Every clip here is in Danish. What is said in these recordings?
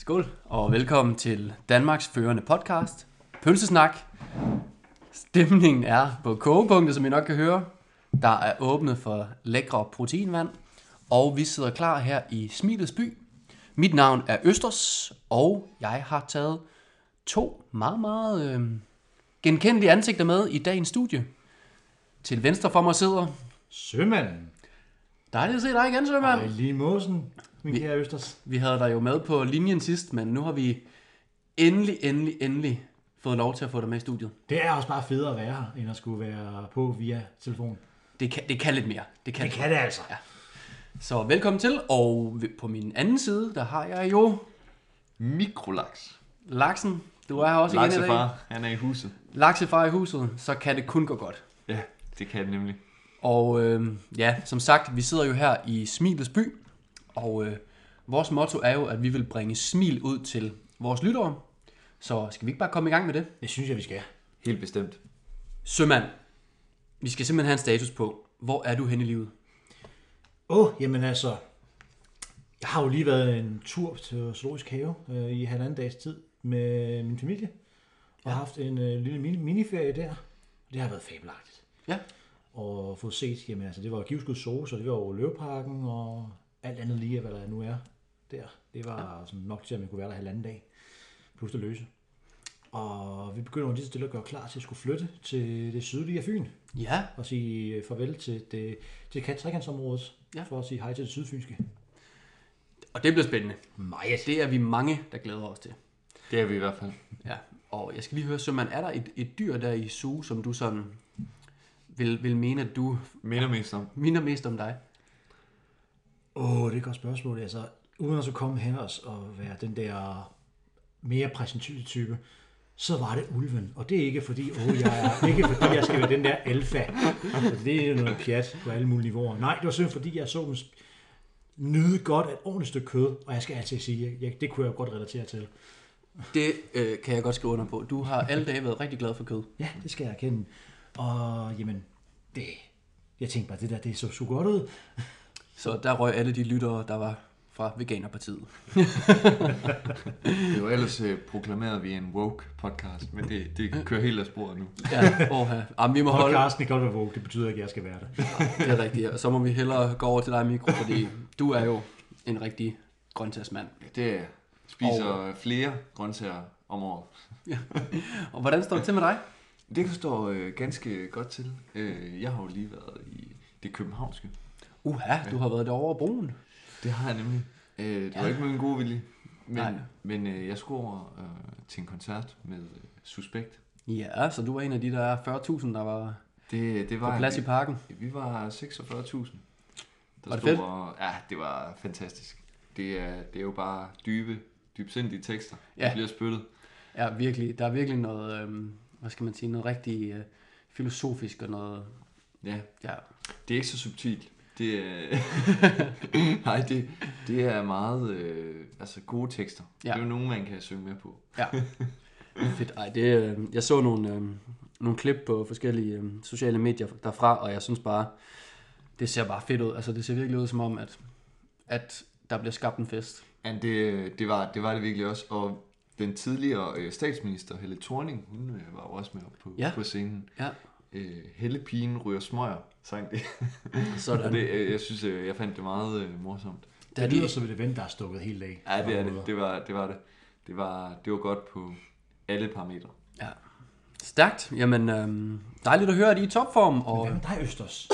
Skål, og velkommen til Danmarks førende podcast, Pølsesnak. Stemningen er på kogepunktet, som I nok kan høre. Der er åbnet for lækre proteinvand, og vi sidder klar her i Smilets by. Mit navn er Østers, og jeg har taget to meget genkendelige ansigter med i dagens studie. Til venstre for mig sidder Sømanden. Dejligt at se dig igen, Sømand. Og lige Måsen, min kære Østers. Vi havde dig jo med på linjen sidst, men nu har vi endelig fået lov til at få dig med i studiet. Det er også bare federe at være her, end at skulle være på via telefon. Det kan lidt mere. Det kan det altså. Ja. Så velkommen til, og på min anden side, der har jeg jo Mikrolaks. Laksen. Du er her også igen i dag. Laksefar, han er i huset. Laksefar i huset, så kan det kun gå godt. Ja, det kan det nemlig. Og som sagt, vi sidder jo her i Smilets by, og vores motto er jo, at vi vil bringe smil ud til vores lyttere. Så skal vi ikke bare komme i gang med det? Det synes jeg, vi skal. Helt bestemt. Sømand, vi skal simpelthen have en status på, hvor er du hen i livet? Jamen altså, jeg har jo lige været en tur til Zoologisk Have i 1,5 dages tid med min familie, og haft en lille miniferie der. Det har været fabelagtigt. Ja. Og få set, jamen altså, det var Givskud Zoo, så det var jo Løveparken og alt andet lige, hvad der nu er der. Det var sådan nok til, at man kunne være der 1,5 dag, plus det løse. Og vi begynder lige så stille at gøre klar til at skulle flytte til det sydlige Fyn. Ja. Og sige farvel til trekantsområdet, for at sige hej til det sydfynske. Og det bliver spændende. Meget. Det er vi mange, der glæder os til. Det er vi i hvert fald. Ja, og jeg skal lige høre, Sømand, er der et dyr der i zoo, som du sådan vil mene, at du minder mest om dig? Det er et godt spørgsmål. Altså, uden at så komme her og være den der mere præsentøse type, så var det ulven. Og det er ikke fordi, jeg skal være den der alfa. Altså, det er noget pjat på alle mulige niveauer. Nej, det var simpelthen fordi, jeg så dem nyde godt af et ordentligt stykke kød, og jeg skal altid sige, det kunne jeg godt relatere til. Det kan jeg godt skrive under på. Du har alle dage været rigtig glad for kød. Ja, det skal jeg erkende. Og jamen, jeg tænkte bare, det så godt ud. Så der røg alle de lyttere, der var fra Veganerpartiet. Det var ellers proklameret vi en woke podcast, men det kører helt af sporet nu. Ja, vi må holde. Podcasten kan godt være woke, det betyder ikke, at jeg skal være der. Det er rigtigt, og så må vi hellere gå over til dig, Mikro, fordi du er jo en rigtig grøntsagsmand. Det er spiser flere grøntsager om året. Ja. Og hvordan står det til med dig? Det kan stå ganske godt til. Jeg har jo lige været i det københavnske. Du har været derovre broen. Det har jeg nemlig. Det var ikke med en god vilje. Men jeg skulle over til en koncert med Suspekt. Ja, så du var en af de der 40.000, der var, det var på plads i parken. Vi var 46.000. Var det fedt? Ja, det var fantastisk. Det er jo bare dybsindige tekster, der bliver spyttet. Ja, virkelig. Der er virkelig noget, hvad skal man sige, noget rigtig filosofisk og noget. Ja. Ja. Det er ikke så subtilt. Det nej, det er meget gode tekster. Ja. Det er jo nogen, man kan synge med på. Ja. Fedt. Jeg så nogle klip på forskellige sociale medier derfra, og jeg synes bare, det ser bare fedt ud. Altså, det ser virkelig ud som om, at der bliver skabt en fest. Ja, det var det virkelig også. Og den tidligere statsminister, Helle Thorning, hun var jo også med op på scenen. Ja. Helle pigen ryger smøger, sang det. Sådan. Jeg synes, jeg fandt det meget morsomt. Det lyder som et event, der er stukket helt af. Ja, det er det. Det var godt på alle parametre. Ja. Stærkt. Jamen, dejligt at høre, at I er i topform. Og... Hvad med dig, Østers?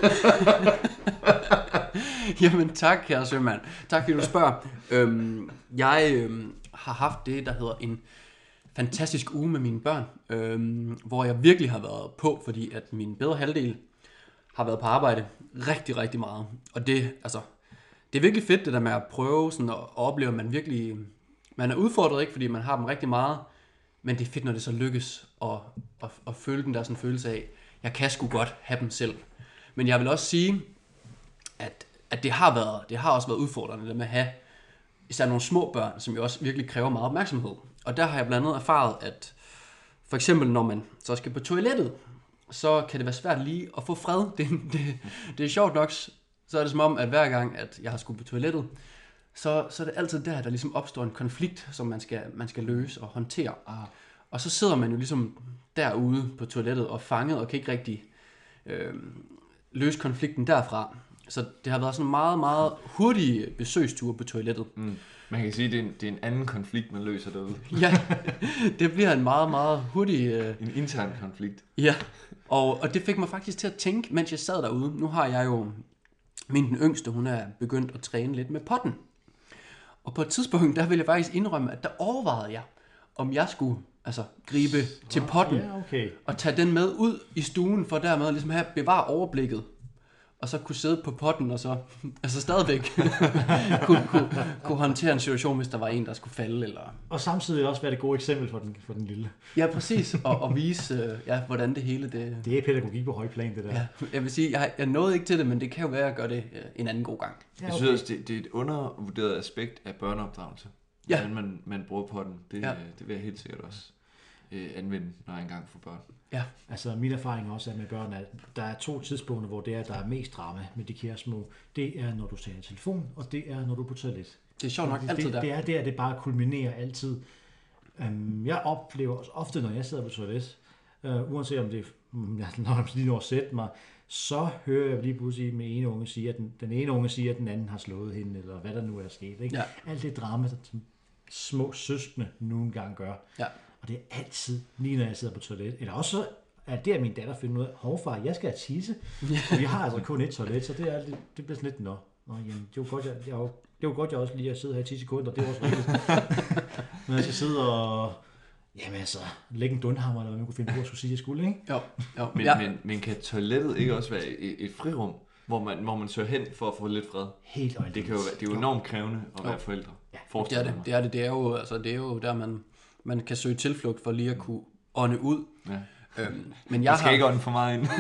Jamen, tak, kære Sømand. Tak, fordi du spørger. Jeg har haft det, der hedder en fantastisk uge med mine børn, hvor jeg virkelig har været på, fordi at min bedre halvdel har været på arbejde rigtig, rigtig meget. Og det er virkelig fedt, det der med at prøve sådan at opleve, at man er udfordret, ikke, fordi man har dem rigtig meget, men det er fedt, når det så lykkes at føle den der sådan følelse af, jeg kan sgu godt have dem selv. Men jeg vil også sige, at det har også været udfordrende, det med at have især nogle små børn, som jo også virkelig kræver meget opmærksomhed. Og der har jeg blandt andet erfaret, at for eksempel når man så skal på toilettet, så kan det være svært lige at få fred. Det er sjovt nok, så er det som om, at hver gang, at jeg har skulle på toilettet, så er det altid der ligesom opstår en konflikt, som man skal løse og håndtere. Og så sidder man jo ligesom derude på toilettet og fanget, og kan ikke rigtig løse konflikten derfra. Så det har været sådan en meget, meget hurtig besøgstur på toilettet. Man kan sige, at det er en anden konflikt, man løser derude. Ja, det bliver en meget, meget hurtig... En intern konflikt. Ja, og det fik mig faktisk til at tænke, mens jeg sad derude. Nu har jeg jo... den yngste, hun er begyndt at træne lidt med potten. Og på et tidspunkt, der ville jeg faktisk indrømme, at der overvejede jeg, om jeg skulle gribe til potten og tage den med ud i stuen, for dermed ligesom have bevare overblikket. Og så kunne sidde på potten, og så stadigvæk kunne håndtere en situation, hvis der var en, der skulle falde. Eller... Og samtidig også være det gode eksempel for den lille. Ja, præcis. Og vise, hvordan det hele... Det er pædagogik på højplan, det der. Ja, jeg vil sige, jeg nåede ikke til det, men det kan jo være, at jeg gør det en anden god gang. Ja, okay. Jeg synes også, det er et undervurderet aspekt af børneopdragelse. Ja. Hvordan man bruger potten. Det vil jeg helt sikkert også anvende, når jeg engang får børn. Ja. Altså min erfaring også er med børn, at der er 2 tidspunkter, hvor der er mest drama med de kære små. Det er, når du tager telefon, og det er, når du er på toilet. Det er sjovt nok altid der. Det er der, det bare kulminerer altid. Jeg oplever også ofte, når jeg sidder på toilet, uanset om det når jeg lige når at sætte mig, så hører jeg lige pludselig med ene unge sige, at den ene unge siger, at den anden har slået hende, eller hvad der nu er sket. Ikke? Ja. Alt det drama, som små søskende nogle gange gør. Ja. Og det er altid, lige når jeg sidder på toilet. Eller også at det, at min datter finder ud af, hovfar, jeg skal have tisse. Og vi har altså kun et toilet, så det bliver sådan lidt, jamen, det var godt, jeg også lige at sidde her i 10 sekunder, det var også rigtigt. Men jeg skal sidde og, lægge en dundhammer, eller hvad man kunne finde på at skulle sige, at jeg skulle, ikke? Jo. Men kan toilettet ikke også være et frirum, hvor man søger hen for at få lidt fred? Helt øjent. Det er jo enormt krævende at være forældre. Ja, det er jo der, man kan søge tilflugt for lige at kunne ånde ud. Ja. Men jeg skal ikke ånde for meget ind.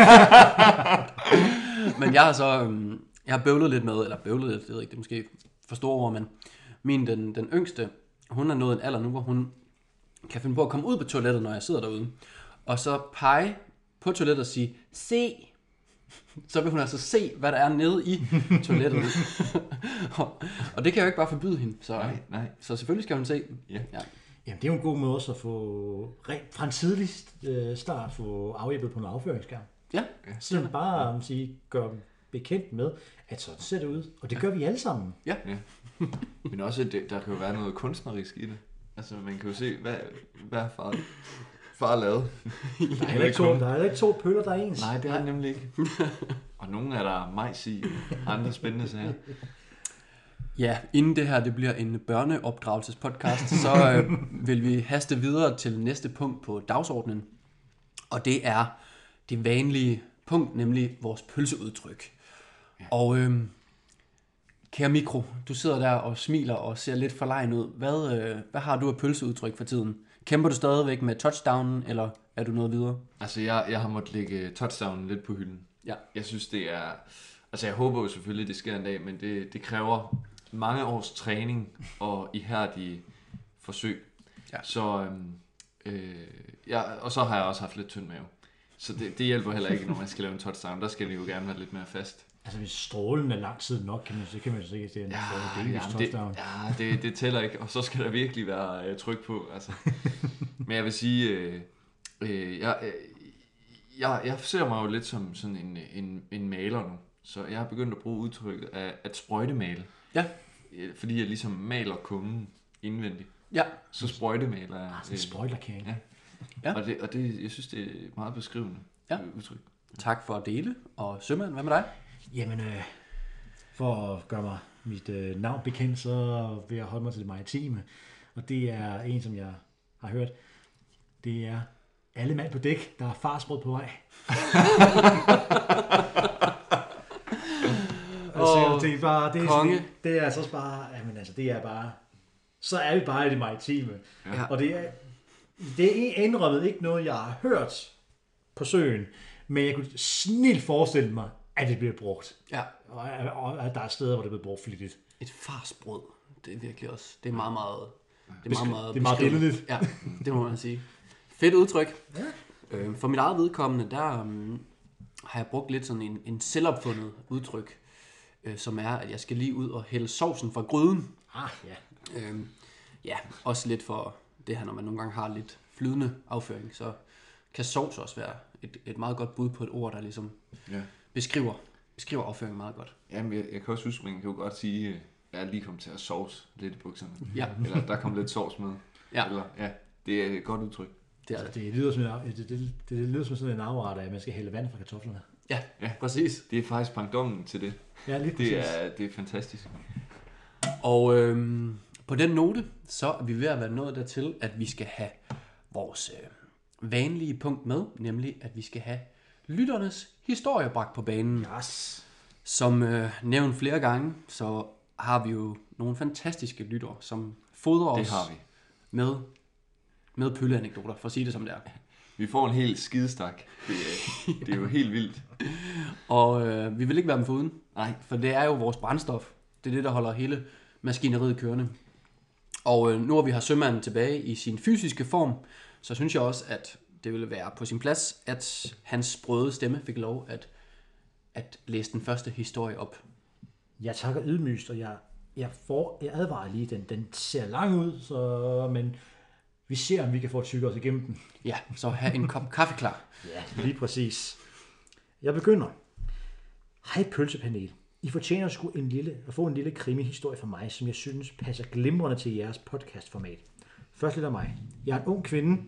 Men jeg har så jeg har bøvlet lidt, det ved ikke, det er måske for store ord, men den yngste, hun er nået en alder nu, hvor hun kan finde på at komme ud på toilettet, når jeg sidder derude, og så pege på toilettet og sige, se. Så vil hun altså se, hvad der er nede i toilettet. Og det kan jeg jo ikke bare forbyde hende. Nej. Så selvfølgelig skal hun se. Ja. Jamen, det er jo en god måde også at få fra en tidlig start få afhjælpet på en afføringsskærm. Ja. Så bare gør dem bekendt med, at sådan ser det ud. Og det gør vi alle sammen. Ja. Men også, der kan jo være noget kunstnerisk i det. Altså, man kan jo se, hvad far lavede. Der er ikke 2 pøller, der er ens. Nej, det er nemlig ikke. Og nogle er der majs i, andre spændende sager. Ja, inden det her det bliver en børneopdragelsespodcast, så vil vi haste videre til næste punkt på dagsordenen. Og det er det vanlige punkt, nemlig vores pølseudtryk. Ja. Og kære Mikro, du sidder der og smiler og ser lidt forlegen ud. Hvad har du af pølseudtryk for tiden? Kæmper du stadigvæk med touchdownen, eller er du noget videre? Altså, jeg har måttet lægge touchdownen lidt på hylden. Ja. Jeg synes, det er... Altså, jeg håber jo selvfølgelig, det sker en dag, men det kræver mange års træning og ihærdige forsøg. Ja. Så, og så har jeg også haft lidt tynd mave. Så det hjælper heller ikke, når man skal lave en touchdown. Der skal det jo gerne være lidt mere fast. Altså, hvis strålen er lang tid nok, kan man jo sikkert se, at det er en touchdown. Det tæller ikke, og så skal der virkelig være tryk på. Altså. Men jeg vil sige, jeg ser mig jo lidt som sådan en maler nu. Så jeg har begyndt at bruge udtrykket at sprøjtemale. Ja. Fordi jeg ligesom maler kummen indvendigt. Ja. Så sprøjtemaler jeg. Sådan en sprøjtlakering. Ja. Og det, jeg synes, det er meget beskrivende udtryk. Tak for at dele. Og Sømand, hvad med dig? Jamen, for at gøre mig mit navn bekendt, så vil jeg holde mig til det maritime. Og det er en, som jeg har hørt. Det er alle mand på dæk, der er farsbrød på vej. Det er bare, det er altså bare, jamen altså, det er bare, så er vi bare i det maritime. Ja. Og det er indrømmet ikke noget, jeg har hørt på søen, men jeg kunne snilt forestille mig, at det bliver brugt. Ja. Og at der er steder, hvor det bliver brugt flittigt. Et farsbrød, det er virkelig også, det er meget, meget, det er meget billedigt. Ja, det må man sige. Fedt udtryk. Ja. For mit eget vedkommende, der har jeg brugt lidt sådan en selvopfundet udtryk. som er, at jeg skal lige ud og hælde sovsen fra gryden. Ja. Ja, også lidt for det her, når man nogle gange har lidt flydende afføring, så kan sovs også være et meget godt bud på et ord, der ligesom beskriver afføringen meget godt. Jamen, jeg kan også huske, man kan jo godt sige, at jeg er lige kommet til at sovs lidt i bukserne. Ja. Eller der kom lidt sovs med. Ja. Eller, det er et godt udtryk. Det lyder som sådan en afret af, at man skal hælde vand fra kartoflerne. Ja, præcis. Det er faktisk pangdommen til det. Ja, lige præcis. Det er fantastisk. Og på den note, så er vi ved at være nået dertil, at vi skal have vores vanlige punkt med, nemlig at vi skal have lytternes historie bragt på banen. Yes. Som nævnt flere gange, så har vi jo nogle fantastiske lyttere, som fodrer os med pølleanekdoter, for at sige det som det er. Vi får en hel skidestak. Det er jo helt vildt. Og vi vil ikke være dem foruden. Nej. For det er jo vores brændstof. Det er det, der holder hele maskineriet kørende. Og nu hvor vi har sømanden tilbage i sin fysiske form, så synes jeg også, at det ville være på sin plads, at hans sprøde stemme fik lov at læse den første historie op. Jeg takker ydmygst, og jeg advarer lige, den ser lang ud, men vi ser, om vi kan få at tykke os igennem den. Ja, så have en kop kaffe klar. Ja, lige præcis. Jeg begynder. Hej pølsepanel. I fortjener sgu at få en lille krimihistorie fra mig, som jeg synes passer glimrende til jeres podcastformat. Først lidt af mig. Jeg er en ung kvinde,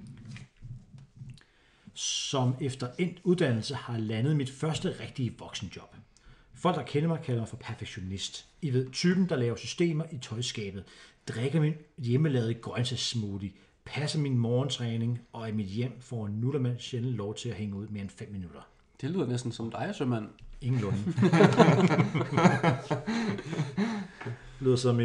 som efter endt uddannelse har landet mit første rigtige voksenjob. Folk, der kender mig, kalder mig for perfektionist. I ved, typen, der laver systemer i tøjskabet, drikker min hjemmelavede grøntsagssmoothie, passer min morgentræning, og i mit hjem får en nuttermand sjældent lov til at hænge ud mere end 5 minutter. Det lyder næsten som dig, sømand. Ingenlunde. Det lyder som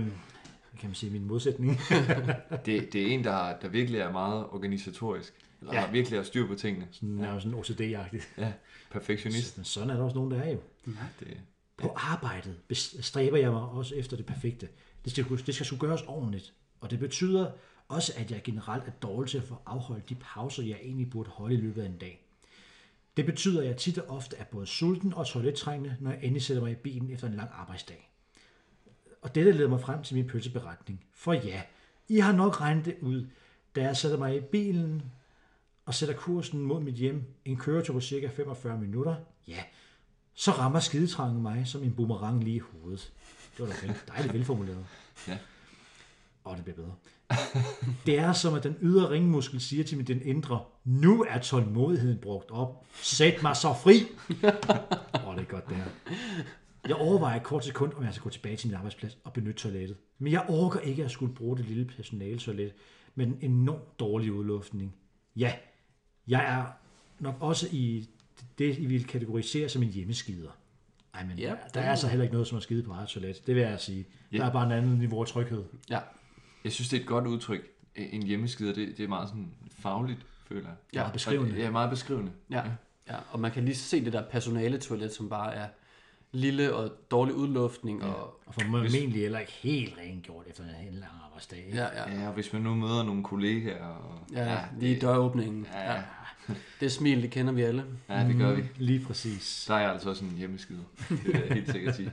min modsætning. det er en, der virkelig er meget organisatorisk. Eller har virkelig har styr på tingene. Sådan OCD-agtigt. Ja, perfektionist. Sådan er der også nogen, der er jo. På arbejdet stræber jeg mig også efter det perfekte. Det skal sgu gøres ordentligt. Og det betyder også, at jeg generelt er dårlig til at få afholdt de pauser, jeg egentlig burde holde i løbet af en dag. Det betyder, at jeg tit og ofte er både sulten og toilettrængende, når jeg endelig sætter mig i bilen efter en lang arbejdsdag. Og dette leder mig frem til min pølseberetning. For ja, I har nok regnet det ud, da jeg sætter mig i bilen og sætter kursen mod mit hjem, en køretur på cirka 45 minutter, ja, så rammer skidetrangen mig som en boomerang lige i hovedet. Det var da dejligt velformuleret. Ja. Og det bliver bedre. Det er som, at den ydre ringmuskel siger til den indre, nu er tålmodigheden brugt op. Sæt mig så fri! Det er godt det her. Jeg overvejer et kort sekund, om jeg skal gå tilbage til min arbejdsplads og benytte toilettet. Men jeg orker ikke at skulle bruge det lille personaletoilet med en enormt dårlig udluftning. Ja, jeg er nok også i det, I vil kategorisere som en hjemmeskider. Ej, men der er altså heller ikke noget som at skide på eget toilet. Det vil jeg sige. Der er bare en anden niveau af tryghed. Ja. Jeg synes, det er et godt udtryk. En hjemmeskider, det er meget sådan fagligt, føler jeg. Ja, meget beskrivende. Ja, meget beskrivende. Ja, og man kan lige se det der personaletoilet, som bare er lille og dårlig udluftning. Og formentlig heller ikke helt rengjort efter en lang arbejdsdag. Ikke? Ja, og hvis man nu møder nogle kollegaer. Og, lige i døråbningen. Ja. Det smil, det kender vi alle. Ja, det gør vi. Lige præcis. Der er jeg altså også en hjemmeskider. Det er jeg helt sikkert sige.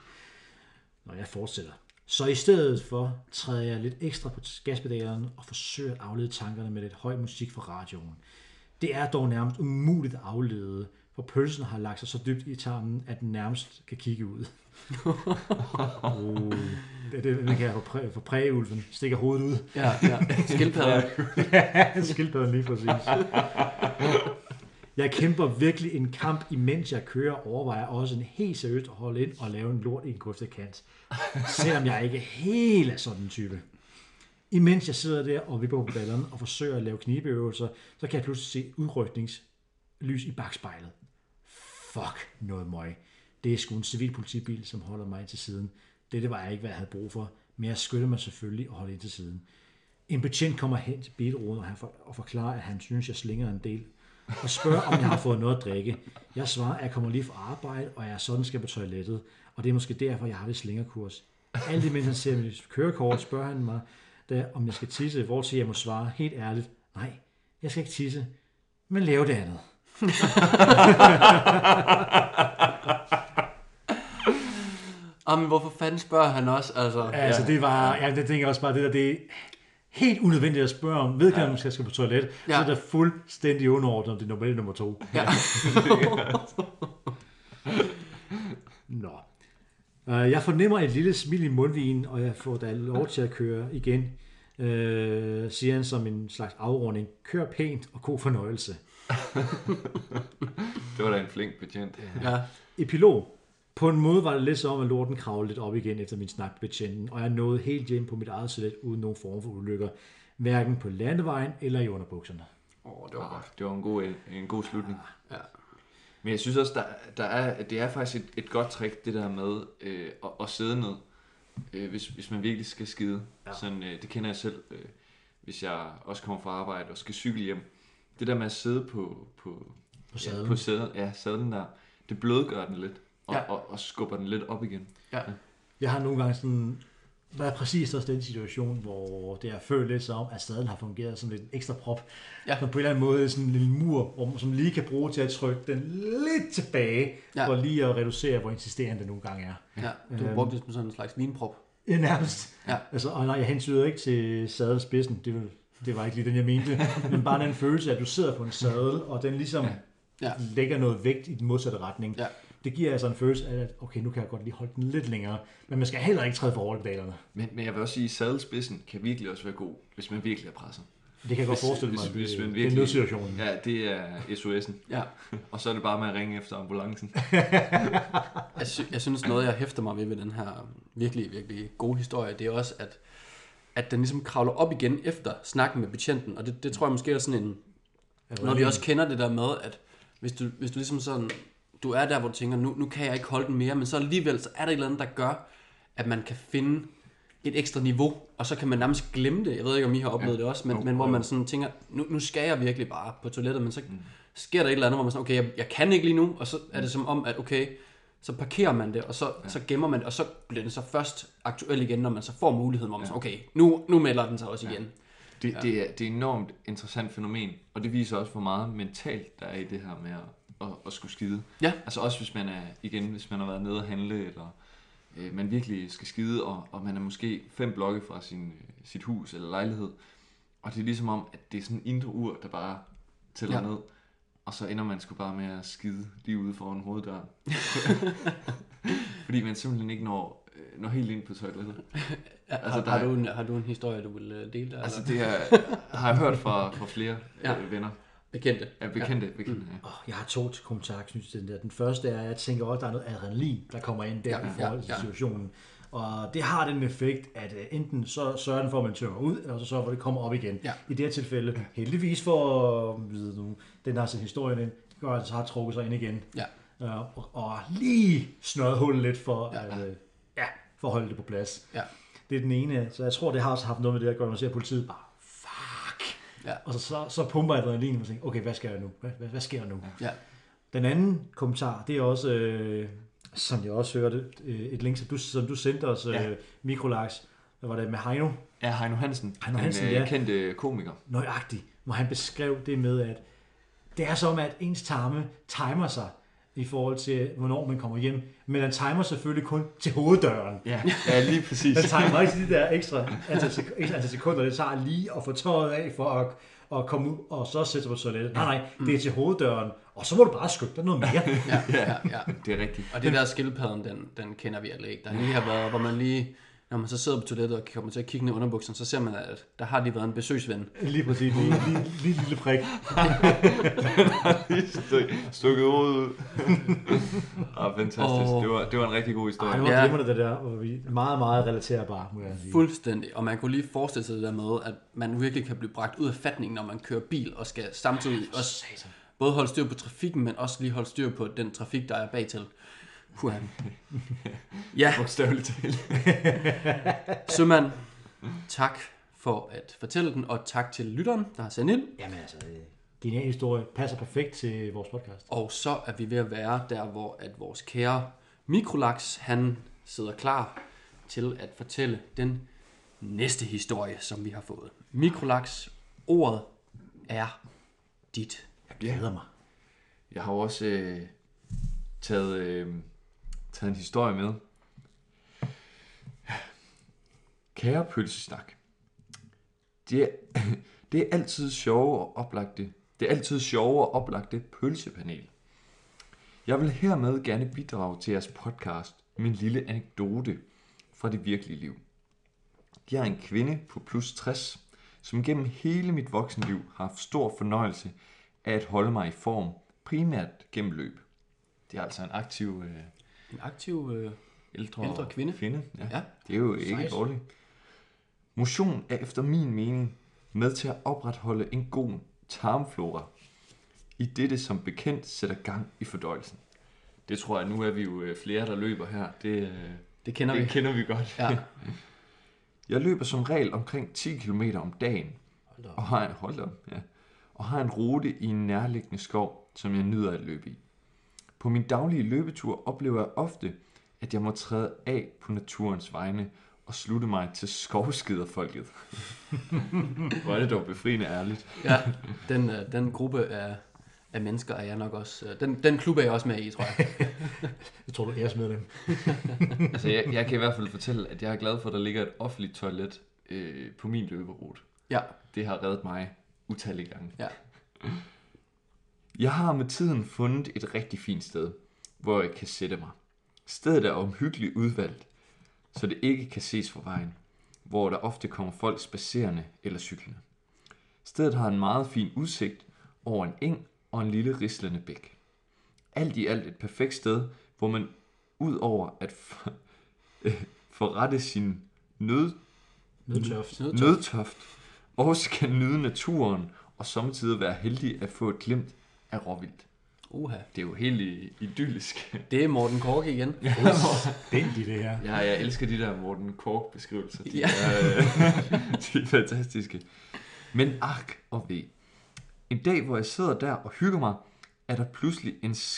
Når jeg fortsætter. Så i stedet for træder jeg lidt ekstra på gaspedalerne og forsøger at aflede tankerne med lidt høj musik fra radioen. Det er dog nærmest umuligt at aflede, for pølsen har lagt sig så dybt i tarmen, at den nærmest kan kigge ud. Det kan jeg få prægeulven. Stikker hovedet ud. Ja. Skildpadden. Ja, skildpadden lige præcis. Jeg kæmper virkelig en kamp, imens jeg kører, og overvejer også en helt seriøst at holde ind og lave en lort i en grøftekant. Selvom jeg ikke helt er sådan en type. Imens jeg sidder der og vipper på ballerne og forsøger at lave knibeøvelser, så kan jeg pludselig se udrykningslys i bagspejlet. Fuck noget møg. Det er sgu en civil politibil, som holder mig til siden. Dette var jeg ikke, hvad jeg havde brug for, men jeg skynder mig selvfølgelig og holder ind til siden. En betjent kommer hen til bilruden og forklarer, at han synes, jeg slinger en del, og spørger, om jeg har fået noget at drikke. Jeg svarer, at jeg kommer lige fra arbejde, og jeg sådan skal på toilettet, og det er måske derfor, jeg har det slingerkurs. Alt imens han ser mit kørekort, spørger han mig, om jeg skal tisse, hvor til jeg må svare helt ærligt, nej, jeg skal ikke tisse, men lave det andet. Men hvorfor fanden spørger han også? Altså, det var... Ja, det tænker jeg også bare, det der, det er helt unødvendigt at spørge om. Vedkommende, man skal på toilet, så er der fuldstændig underordnet det normale nummer 2. Ja. Nå. Jeg fornemmer et lille smil i mundvigen, og jeg får da lov til at køre igen, siger han som en slags afrunding. Kør pænt og god fornøjelse. Det var da en flink betjent. Ja. Epilog. På en måde var det lidt som, at lorten kravlede lidt op igen efter min snak med betjenten, og jeg nåede helt hjem på mit eget toilet uden nogen form for ulykker, hverken på landevejen eller i underbukserne. Det var godt. Det var en god slutning. Ja. Men jeg synes også, det er faktisk et godt trick, det der med at sidde ned, hvis man virkelig skal skide. Ja. Sådan, det kender jeg selv, hvis jeg også kommer fra arbejde og skal cykle hjem. Det der med at sidde på sadlen der, det blødgør den lidt, og skubber den lidt op igen. Ja. Jeg har nogle gange sådan været præcis også den situation, hvor det er følt lidt som, at sadlen har fungeret som lidt en ekstra prop. Ja. Som på en eller anden måde sådan en lille mur, som lige kan bruge til at trykke den lidt tilbage, for lige at reducere, hvor insisterende det nogle gange er. Ja, du brugte det som sådan en slags vinprop. Ja, nærmest. Ja. Altså, og nej, jeg hensyder ikke til sadelspidsen, det var ikke lige den, jeg mente, men bare den følelse, at du sidder på en sadel, og den ligesom lægger noget vægt i den modsatte retning. Ja. Det giver altså en følelse af, at okay, nu kan jeg godt lige holde den lidt længere, men man skal heller ikke træde for overpedalerne. Men jeg vil også sige, at sadelspidsen kan virkelig også være god, hvis man virkelig er presset. Det kan jeg godt forestille mig, hvis man virkelig, det er nødsituationen. Ja, det er SOS'en. Ja. Og så er det bare med at ringe efter ambulancen. Jeg synes noget, jeg hæfter mig ved den her virkelig, virkelig gode historie, det er også, at den ligesom kravler op igen efter snakken med betjenten, og det tror jeg måske er sådan en, når vi også kender det der med, at hvis du ligesom sådan, du er der, hvor du tænker, nu kan jeg ikke holde den mere, men så alligevel, så er der et eller andet, der gør, at man kan finde et ekstra niveau, og så kan man nærmest glemme det. Jeg ved ikke, om I har oplevet det også, men hvor man sådan tænker, nu skal jeg virkelig bare på toilettet, men så sker der et eller andet, hvor man sådan, okay, jeg kan ikke lige nu, og så er det som om, at okay, så parkerer man det, og så gemmer man det, og så bliver det så først aktuelt igen, når man så får muligheden, hvor man så, okay, nu melder den sig også igen. Det er et enormt interessant fænomen, og det viser også, hvor meget mentalt der er i det her med at skulle skide. Ja. Altså også hvis man har været nede og handle, eller man virkelig skal skide, og man er måske 5 blokke fra sit hus eller lejlighed, og det er ligesom om, at det er sådan en indre ur, der bare tæller ned, og så ender man sgu bare med at skide lige ude foran hoveddøren. Fordi man simpelthen ikke når helt ind på toilettet. Har du en historie, du vil dele der? Altså det har jeg hørt fra flere venner. Bekendte. Ja, bekendte. Jeg har 2 kommentarer knyttet til den der. Den første er, at jeg tænker også, at der er noget adrenalin, der kommer ind der i forhold til situationen. Og det har den effekt, at enten så sørger den for, at man tømmer ud, eller så sørger for, at det kommer op igen. Ja. I det her tilfælde, heldigvis for den har sin historien ind, det gør, at det så har trukket sig ind igen. Ja. Og lige snøret hullet lidt for at holde det på plads. Ja. Det er den ene. Så jeg tror, det har også haft noget med det at gøre, når man ser politiet bare, ja. Og så pumper adrenalin, og tænker, okay, hvad sker der nu? Hvad sker der nu? Ja. Den anden kommentar, det er også, som jeg også hørte, et link, som du sendte os, Mikrolax. Hvad var det med Heino? Ja, Heino Hansen. En kendt komiker. Nøjagtigt, hvor han beskrev det med, at det er som, at ens tarme timer sig i forhold til, hvornår man kommer hjem. Men den timer selvfølgelig kun til hoveddøren. Ja, lige præcis. Den timer ikke de der ekstra antal sekunder, det tager lige at få tøjet af for at komme ud og så sætte sig på toilettet. Nej, det er til hoveddøren. Og så må du bare skubbe dig noget mere. ja, det er rigtigt. Og det der skildpadden, den kender vi alle ikke. Der lige har været, hvor man lige, når man så sidder på toilettet og kommer til at kigge ned under bukserne, så ser man, at der har lige været en besøgsven. Lige præcis. Lige lille prik. Stukket hovedet ud. Fantastisk. Det var en rigtig god historie. Det var glimrende det der, og vi meget, meget relaterbare, må jeg sige. Fuldstændig. Og man kunne lige forestille sig det der med, at man virkelig kan blive bragt ud af fatning, når man kører bil og skal samtidig også både holde styr på trafikken, men også lige holde styr på den trafik, der er bagtil. Ja. Bogstaveligt talt. Sømand, tak for at fortælle den, og tak til lytteren, der har sendt ind. Jamen altså, genial historie. Passer perfekt til vores podcast. Og så er vi ved at være der, hvor at vores kære Mikrolax, han sidder klar til at fortælle den næste historie, som vi har fået. Mikrolax, ordet er dit. Jeg glæder mig. Jeg har også taget en historie med. Kære pølsesnak. Det er altid sjove og oplagte pølsepanel. Jeg vil hermed gerne bidrage til jeres podcast med en lille anekdote fra det virkelige liv. Jeg er en kvinde på plus 60, som gennem hele mit voksenliv har haft stor fornøjelse af at holde mig i form, primært gennem løb. Det er altså en aktiv ældre kvinde. Ja. Det er jo ikke dårligt. Motion er efter min mening med til at opretholde en god tarmflora, i dette som bekendt sætter gang i fordøjelsen. Det tror jeg, nu er vi jo flere, der løber her. Det kender vi godt. Ja. Jeg løber som regel omkring 10 km om dagen, og har en rute i en nærliggende skov, som jeg nyder at løbe i. På min daglige løbetur oplever jeg ofte, at jeg må træde af på naturens vegne og slutte mig til skovskiderfolket. Hvor er det dog befriende ærligt. Ja, den gruppe af mennesker er jeg nok også... Den klub er jeg også med i, tror jeg. Jeg tror, du er med dem. Altså, jeg kan i hvert fald fortælle, at jeg er glad for, at der ligger et offentligt toilet på min løberute. Ja. Det har reddet mig utallige gange. Ja. Jeg har med tiden fundet et rigtig fint sted, hvor jeg kan sætte mig. Stedet er omhyggeligt udvalgt, så det ikke kan ses fra vejen, hvor der ofte kommer folk spacerende eller cyklende. Stedet har en meget fin udsigt over en eng og en lille rislende bæk. Alt i alt et perfekt sted, hvor man ud over at forrette sin nødtøft også kan nyde naturen og samtidig være heldig at få et glimt af råvildt. Det er jo helt idyllisk. Det er Morten Korch igen. Det her. Ja, jeg elsker de der Morten Korch-beskrivelser. De er fantastiske. Men og ved. En dag, hvor jeg sidder der og hygger mig, er der pludselig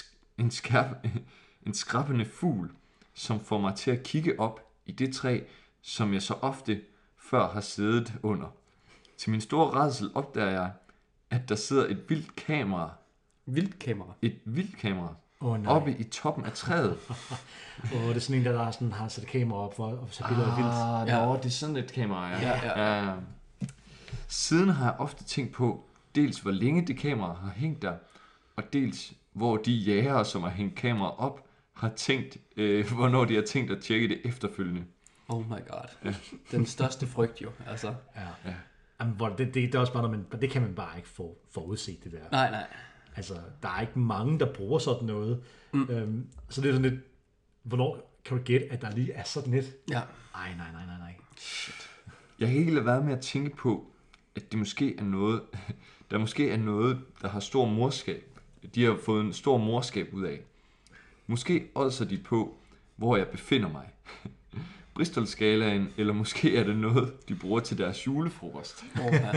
en skrappende fugl, som får mig til at kigge op i det træ, som jeg så ofte før har siddet under. Til min store rædsel opdager jeg, at der sidder et vildt kamera. Et vildt kamera. Oppe i toppen af træet. Det er sådan en, der sådan, har sat kamera op for at tage billeder af vildt. Ja, det er sådan et kamera, ja. Siden har jeg ofte tænkt på, dels hvor længe det kamera har hængt der, og dels hvor de jægere, som har hængt kamera op, har tænkt, hvornår de har tænkt at tjekke det efterfølgende. Oh my god. Ja. Den største frygt jo, altså. Ja. Jamen, det er også bare, det kan man bare ikke forudse, det der. Nej. Altså, der er ikke mange, der bruger sådan noget. Så det er sådan lidt, hvornår kan du gætte, at der lige er sådan lidt? Ja. Nej. Shit. Jeg kan ikke lade være med at tænke på, at det måske er noget, der har stor morskab. De har fået en stor morskab ud af. Måske også de på, hvor jeg befinder mig. Bristol-skalaen, eller måske er det noget, de bruger til deres julefrokost.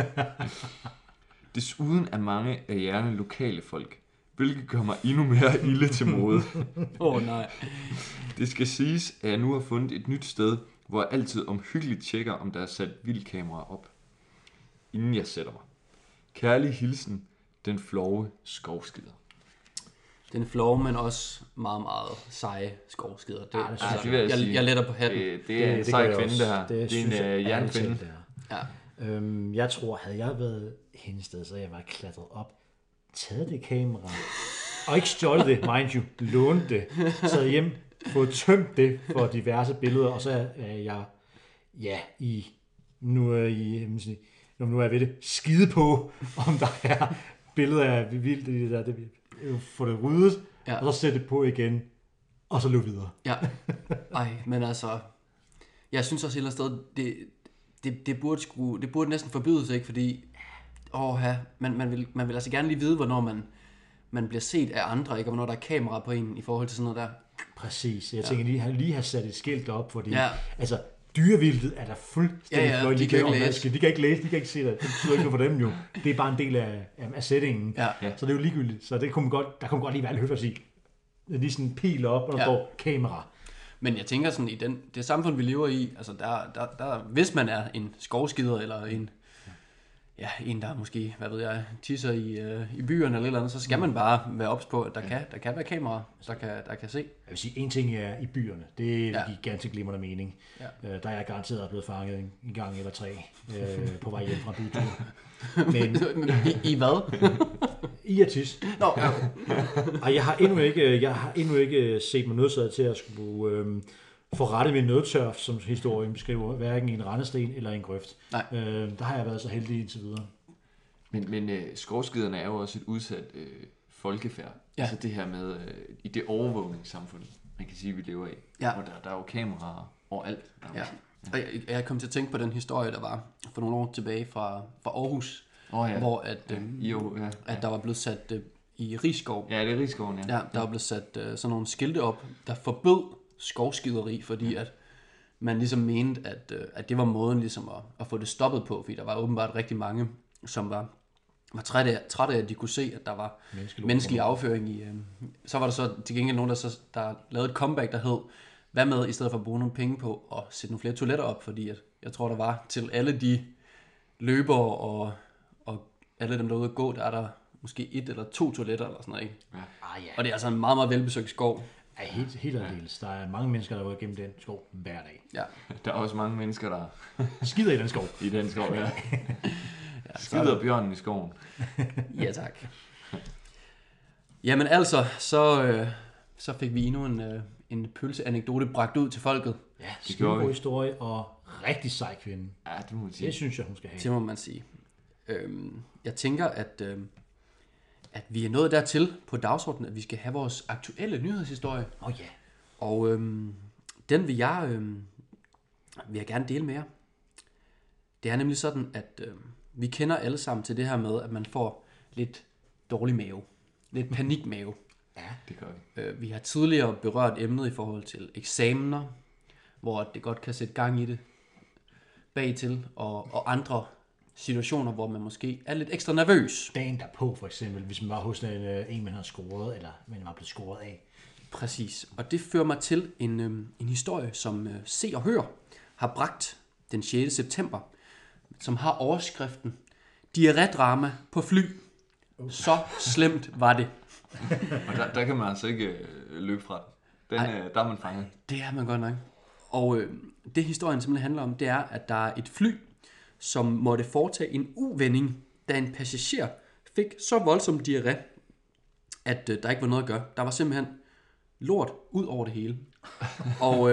Desuden er mange af jerne lokale folk, hvilket gør mig endnu mere ilde til mode. Nej. Det skal siges, at jeg nu har fundet et nyt sted, hvor jeg altid omhyggeligt tjekker, om der er sat vildkamera op, inden jeg sætter mig. Kærlig hilsen, den flove skovskider. Den flove, men også meget, meget seje skovskider. Jeg letter på hatten. Det er en sej kvinde, det her. Det er en jernkvinde. Ja. Jeg tror, havde jeg været hendes sted, så jeg var klatret op, taget det kamera, og ikke stjålet det, mind you, lånt det, sad hjem, fået tømt det for diverse billeder, og så er jeg, nu er jeg ved det, skide på, om der er billeder af vildt, det få det ryddet, og så sætte det på igen, og så løbe videre. Ja, men altså, jeg synes også et eller andet sted, det burde næsten forbydes, ikke? Fordi, man vil altså gerne lige vide, hvornår man bliver set af andre, ikke? Og hvornår der er kamera på en i forhold til sådan noget der. Præcis. Jeg tænker lige have sat et skilt op, fordi altså, dyrevildtet er der fuldstændig de kan ikke læse. De kan ikke læse, de kan ikke se det. Det betyder ikke for dem jo. Det er bare en del af settingen. Så det er jo ligegyldigt. Så der kunne godt lige være en høfde at sige, lige sådan en pil op, og der går kamera. Men jeg tænker sådan, i det samfund, vi lever i, altså der, hvis man er en skovskider, eller en, der måske, tisser i byerne eller et eller andet, så skal man bare være ops på, at der kan være kameraer, der kan se. Jeg vil sige, en ting er i byerne. Det giver ganske glimrende mening. Ja. Der er jeg garanteret blevet fanget en gang eller 3 på vej hjem fra bytur. Men I hvad? I at tisse. Nå, okay. Og jeg har endnu ikke set mig nødsaget til at skulle forrette min nødtørf, som historien beskriver, hverken i en rendesten eller en grøft. Nej. Der har jeg været så heldig indtil videre. Men skovskiderne er jo også et udsat folkefærd. Ja. Altså det her med i det overvågningssamfund, man kan sige, vi lever i. Ja. Og der er jo kameraer overalt. Ja. Og jeg kom til at tænke på den historie, der var for nogle år tilbage fra Aarhus, hvor at der var blevet sat i Risskov. Ja, det er Risskoven, ja. Der var blevet sat sådan nogle skilte op, der forbød skovskideri, fordi at man ligesom mente, at det var måden ligesom at få det stoppet på, fordi der var åbenbart rigtig mange, som var trætte af, at de kunne se, at der var menneskelig afføring i. Så var der så til gengæld nogen, der lavede et comeback, der hed, hvad med i stedet for at bruge nogle penge på at sætte nogle flere toiletter op, fordi at jeg tror, der var til alle de løbere og alle dem, der er ude at gå, der er der måske 1 eller 2 toiletter eller sådan noget, ikke? Ja. Og det er altså en meget, meget velbesøgt skov. Ja, helt aldeles. Der er mange mennesker, der går igennem den skov hver dag. Ja. Der er også mange mennesker, der skider i den skov. I den skov, ja. Skider bjørnen i skoven. Ja, tak. Jamen altså, så fik vi endnu en pølseanekdote bragt ud til folket. Ja, skide historie og rigtig sej kvinde. Ja, det må man sige. Det synes jeg, hun skal have. Det må man sige. Jeg tænker, at vi er nået dertil på dagsordenen, at vi skal have vores aktuelle nyhedshistorie. Ja. Og den vil jeg gerne dele med jer. Det er nemlig sådan, at vi kender alle sammen til det her med, at man får lidt dårlig mave. Lidt panikmave. Ja, det gør vi. Vi har tidligere berørt emnet i forhold til eksamener, hvor det godt kan sætte gang i det bagtil, og andre situationer, hvor man måske er lidt ekstra nervøs. Dagen derpå for eksempel, hvis man var hos en man har scoret, eller man var blevet scoret af. Præcis, og det fører mig til en historie, som Se og Hør har bragt den 6. september, som har overskriften Diarré-drama på fly. Så slemt var det. Og der kan man altså ikke løbe fra den. Der er man fanget. Det er man godt nok. Og det historien simpelthen handler om, det er, at der er et fly, som måtte foretage en uvending, da en passager fik så voldsom diarré, at der ikke var noget at gøre. Der var simpelthen lort ud over det hele. Og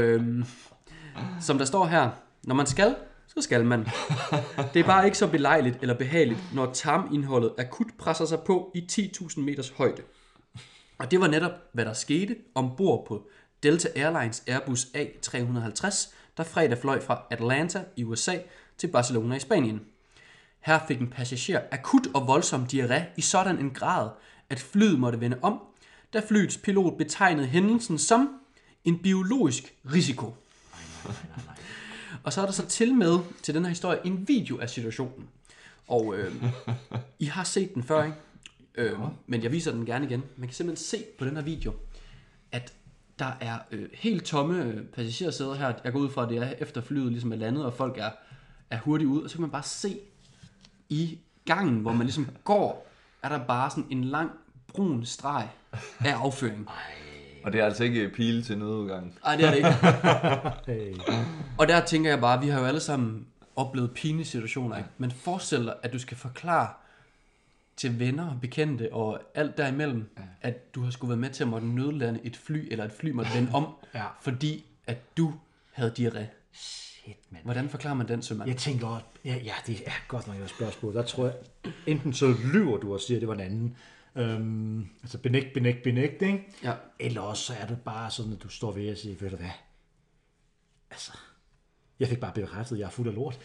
som der står her, når man skal, så skal man. Det er bare ikke så belejligt eller behageligt, når tarmindholdet akut presser sig på i 10.000 meters højde. Og det var netop, hvad der skete ombord på Delta Airlines Airbus A350, der fredag fløj fra Atlanta i USA til Barcelona i Spanien. Her fik en passager akut og voldsom diarré i sådan en grad, at flyet måtte vende om, da flyets pilot betegnede hændelsen som en biologisk risiko. Nej. Og så er der så til den her historie en video af situationen. Og I har set den før, ikke? Men jeg viser den gerne igen. Man kan simpelthen se på den her video, at der er helt tomme passagersæder her. Jeg går ud fra, at det er efter flyet ligesom er landet, og folk er hurtigt ud. Og så kan man bare se i gangen, hvor man ligesom går, er der bare sådan en lang brun streg af afføring. Og det er altså ikke pile til nødudgangen. Nej, det er det ikke. Og der tænker jeg bare, vi har jo alle sammen oplevet pinlige situationer, ikke? Men forestil dig, at du skal forklare til venner og bekendte og alt derimellem, at du har skulle være med til at måtte nødlande et fly, eller et fly måtte vende om, fordi at du havde diarré. Shit, man. Hvordan forklarer man den, Sømand? Jeg tænker også, ja, det er godt nok et spørgsmål. Der tror jeg, enten så lyver du og siger, at det var en anden. Altså benægt, ikke? Ja. Eller også så er det bare sådan, at du står ved og siger, ved du hvad? Altså, jeg fik bare bekræftet, at jeg er fuld af lort.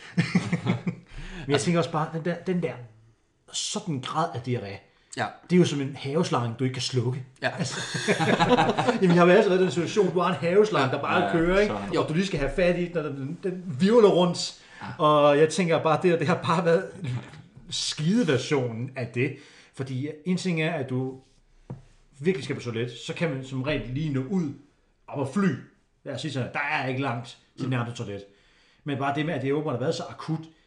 Men jeg tænker også bare, den der sådan grad af diarré, det er jo som en haveslange, du ikke kan slukke. Ja. Altså, jamen, jeg har altid været i den situation, du har en haveslange, der bare kører, ikke? Og du lige skal have fat i, når den virvler rundt. Og jeg tænker bare, det har bare været skideversionen af det. Fordi en ting er, at du virkelig skal på toilet, så kan man som regel lige nå ud og fly. Lad os sige sådan, der er ikke langt til nærmeste toilet. Men bare det med, at det åbenbart har været så akut,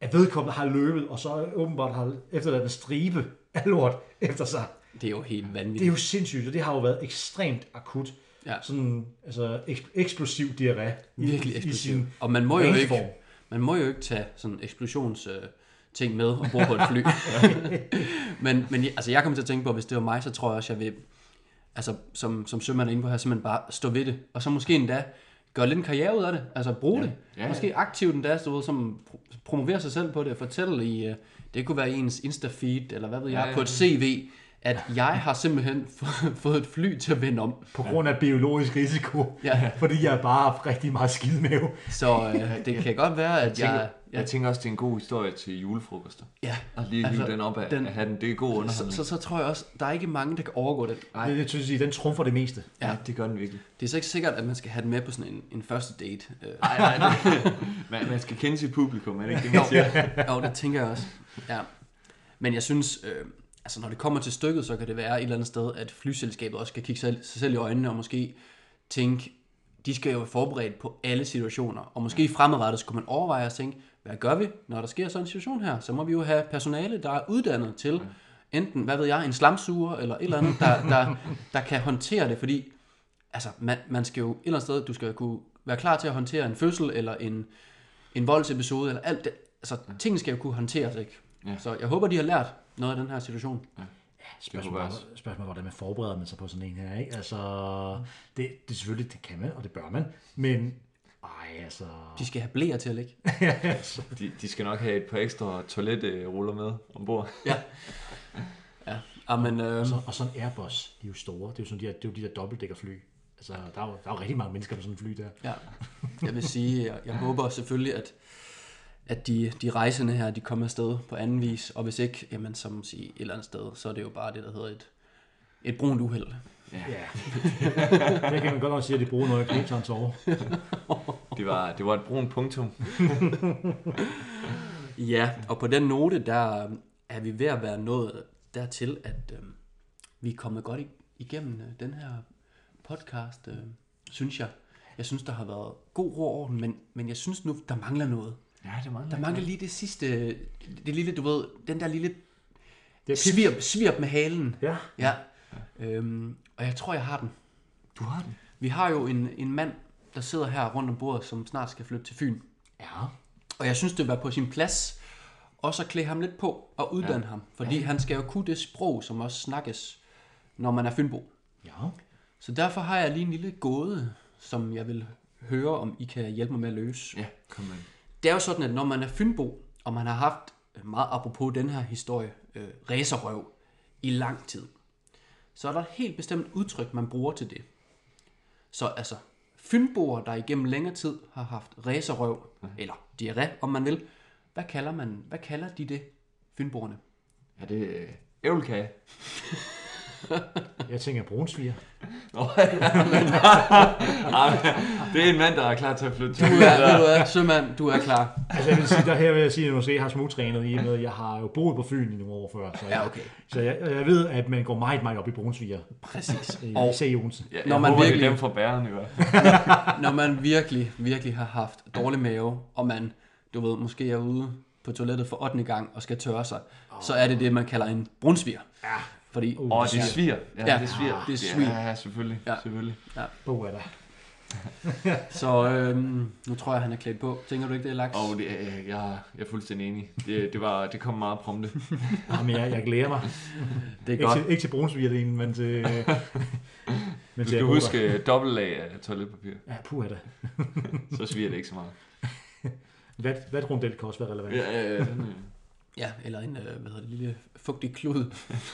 at vedkommende har løbet, og så åbenbart har efterladt en stribe af lort efter sig. Det er jo helt vanvittigt. Det er jo sindssygt, og det har jo været ekstremt akut. Ja. Sådan, altså eksplosiv diarré. Virkelig eksplosiv. Og man må jo ikke tage sådan eksplosions ting med og bruge på et fly. men altså, jeg kommer til at tænke på, at hvis det var mig, så tror jeg også, jeg vil, altså, som sømand er inde på her, simpelthen bare stå ved det. Og så måske endda gøre lidt en karriere ud af det. Altså bruge det. Ja. Måske aktivt endda, som promovere sig selv på det og fortælle i, det kunne være ens Insta-feed, eller hvad ved jeg, på et CV, at jeg har simpelthen fået et fly til at vende om. På grund af biologisk risiko. Ja. Fordi jeg bare har haft rigtig meget skidemave. Så det kan godt være, at jeg tænker også, det er en god historie til julefrokoster. Ja. Og lige hive den op af at have den. Det er god underholdning. Så tror jeg også, der er ikke mange, der kan overgå det. Nej. Det synes jeg, den trumfer det meste. Ja, det gør den virkelig. Det er så ikke sikkert, at man skal have den med på sådan en første date. Nej. Man skal kende sit publikum, er det ikke det, man siger? Jo, det tænker jeg også. Ja. Men jeg synes, altså når det kommer til stykket, så kan det være et eller andet sted, at flyselskabet også skal kigge sig selv i øjnene og måske tænke, de skal jo være forberedt på alle situationer. Og måske fremadrettet skulle man overveje at tænke, hvad gør vi, når der sker sådan en situation her? Så må vi jo have personale, der er uddannet til enten, hvad ved jeg, en slamsuger eller et eller andet, der kan håndtere det. Fordi altså, man skal jo et eller andet sted, du skal kunne være klar til at håndtere en fødsel eller en voldsepisode eller alt det. Altså, tingene skal jo kunne håndteres, ikke? Ja. Så jeg håber, de har lært noget af den her situation. Ja. Spørgsmålet, hvordan man forbereder man sig på sådan en her, ikke? Altså, det selvfølgelig, det kan man, og det bør man, men altså... De skal have blæer til at ligge. de skal nok have et par ekstra toiletruller med ombord. Ja. Amen, og sådan en Airbus, de er jo store. Det er jo sådan, det er jo de der dobbeltdækkerfly. Altså, der er jo rigtig mange mennesker på sådan en fly der. Ja. Jeg vil sige, jeg håber selvfølgelig, at de rejsende her, de kommer afsted på anden vis, og hvis ikke, jamen som sige et eller andet sted, så er det jo bare det, der hedder et brunt uheld. Ja. Det kan man godt nok sige, at de bruger noget knætons over. Det var et brunt punktum. Ja, og på den note, der er vi ved at være nået dertil, at vi er kommet godt igennem den her podcast, synes jeg. Jeg synes, der har været god ro og orden, men jeg synes nu, der mangler noget. Ja, det mangler. Der mangler lige det sidste, det lille, du ved, den der lille svirp med halen. Ja. Og jeg tror, jeg har den. Du har den? Vi har jo en mand, der sidder her rundt om bordet, som snart skal flytte til Fyn. Ja. Og jeg synes, det var på sin plads også at klæde ham lidt på og uddanne ham. Fordi han skal jo kunne det sprog, som også snakkes, når man er fynbo. Ja. Så derfor har jeg lige en lille gåde, som jeg vil høre, om I kan hjælpe mig med at løse. Ja, kom med. Det er jo sådan, at når man er fynbo, og man har haft, meget apropos den her historie, racerrøv i lang tid, så er der et helt bestemt udtryk, man bruger til det. Så altså, fynboer, der igennem længere tid har haft racerrøv, eller diarré, om man vil, hvad kalder de det, fynboerne? Ja, det er ævlekage. Jeg tænker brunsviger. Det er en mand, der er klar til at flytte. Du er sømand, du er klar. Altså jeg vil sige, her vil jeg sige, at jeg måske har smugtrænet i med, jeg har jo boet på Fyn i nogle år før, så jeg ved, at man går meget, meget op i brunsviger. Præcis. Og C. Jonsen. Ja, når man håber, virkelig, det er dem fra bæren, når man virkelig, virkelig har haft dårlig mave, og man, du ved, måske er ude på toilettet for 8. gang og skal tørre sig, så er det, man kalder en brunsviger. Ja. Fordi, det svir. Ja, det svir. Det svir. Ja, selvfølgelig. Ja. Selvfølgelig. Ja. Hvor er der? Så nu tror jeg, han er klædt på. Tænker du ikke, det er laks? Jeg er fuldstændig enig. Det kom meget prompte. Jamen, jeg glæder mig. Det er godt. Ikke til brunsvigerdelen, men til... Du skal huske dobbeltlag af toiletpapir. Ja, puha da. Så sviger det ikke så meget. Vatrundel kan også være relevant. Ja. Ja, eller en lille fugtig klud.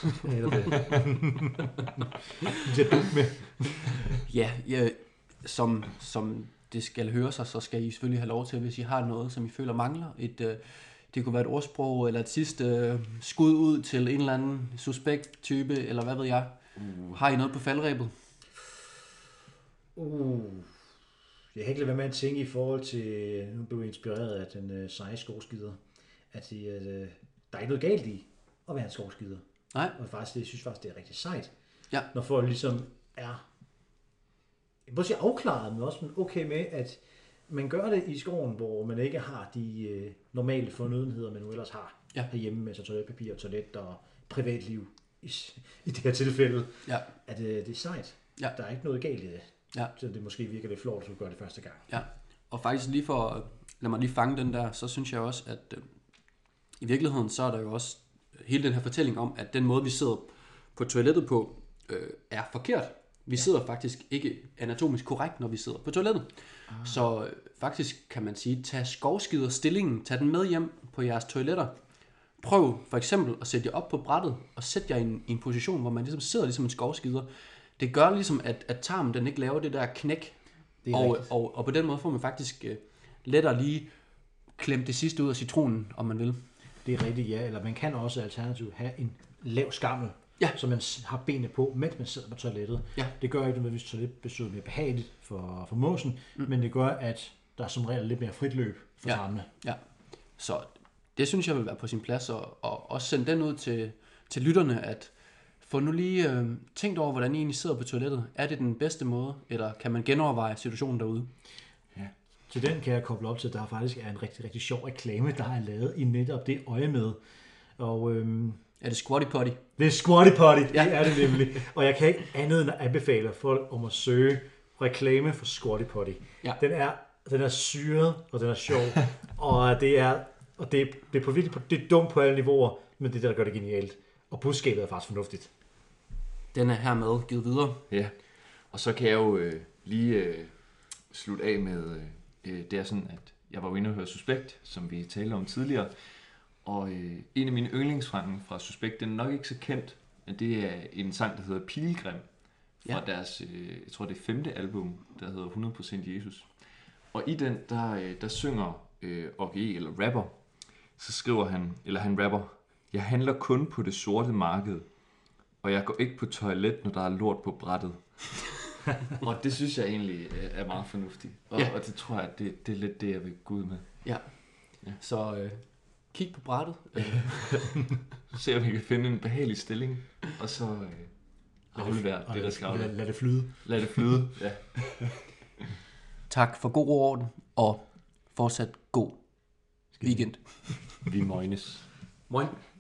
Ja, som det skal høre sig, så skal I selvfølgelig have lov til, hvis I har noget, som I føler mangler. Det kunne være et ordsprog, eller et sidste skud ud til en eller anden suspekt type, eller hvad ved jeg. Har I noget på faldrebet? Jeg kan ikke lade være med at tænke i forhold til, nu blev jeg inspireret af den seje skovskider, at der er ikke noget galt i at være en skovskider. Nej. Og faktisk, jeg synes faktisk, det er rigtig sejt, når folk ligesom er, jeg må sige afklaret, men også okay med, man gør det i skoven, hvor man ikke har de normale fornødenheder, man nu ellers har herhjemme, altså toiletpapir, toilet og privatliv i det her tilfælde, at det er sejt. Ja. Der er ikke noget galt i det. Ja. Så det måske virker lidt flot, at du gør det første gang. Ja, og faktisk lige for, lad mig lige fange den der, så synes jeg også, at i virkeligheden, så er der jo også hele den her fortælling om, at den måde, vi sidder på toilettet på, er forkert. Vi sidder faktisk ikke anatomisk korrekt, når vi sidder på toilettet. Så faktisk kan man sige, tag skovskiderstillingen, tag den med hjem på jeres toiletter. Prøv for eksempel at sætte jer op på brættet, og sæt jer i en position, hvor man ligesom sidder ligesom en skovskider. Det gør ligesom, at tarmen den ikke laver det der knæk. Og på den måde får man faktisk lettere lige klemme det sidste ud af citronen, om man vil. Det er rigtigt, ja. Eller man kan også alternativt have en lav skammel, så man har benene på, mens man sidder på toilettet. Ja. Det gør ikke nødvendigvis toiletbesøget mere behageligt for måsen, men det gør, at der er som regel lidt mere frit løb for tarmene. Ja. Så det synes jeg vil være på sin plads, og også sende den ud til lytterne, at få nu lige tænkt over, hvordan I egentlig sidder på toilettet. Er det den bedste måde, eller kan man genoverveje situationen derude? Ja. Til den kan jeg koble op til, at der faktisk er en rigtig, rigtig sjov reklame, der er lavet i netop det øje med. Og, er det Squatty Potty? Det er Squatty Potty, det er det nemlig. Og jeg kan ikke andet end at anbefale folk om at søge reklame for Squatty Potty. Ja. Den er syret, og den er sjov, og det er dumt på alle niveauer, men det er det, der gør det genialt. Og budskabet er faktisk fornuftigt. Den er hermed givet videre. Ja, og så kan jeg jo lige slutte af med, det er sådan, at jeg var jo inde og høre Suspekt, som vi talte om tidligere, og en af mine yndlingssange fra Suspekt, den er nok ikke så kendt, men det er en sang, der hedder Pilgrim, fra deres, jeg tror det er 5. album, der hedder 100% Jesus. Og i den, der synger OGE, eller rapper, så skriver han, eller han rapper, jeg handler kun på det sorte marked, og jeg går ikke på toilet, når der er lort på brættet. Og det synes jeg egentlig er meget fornuftigt. Og det tror jeg, at det er lidt det, jeg vil gå ud med. Ja. Så kig på brættet. Se om vi kan finde en behagelig stilling, og så aflevere det, der skal aflevere. Lad det flyde. Lad det flyde, ja. Tak for god orden, og fortsat god weekend. Vi møgnes. Moin.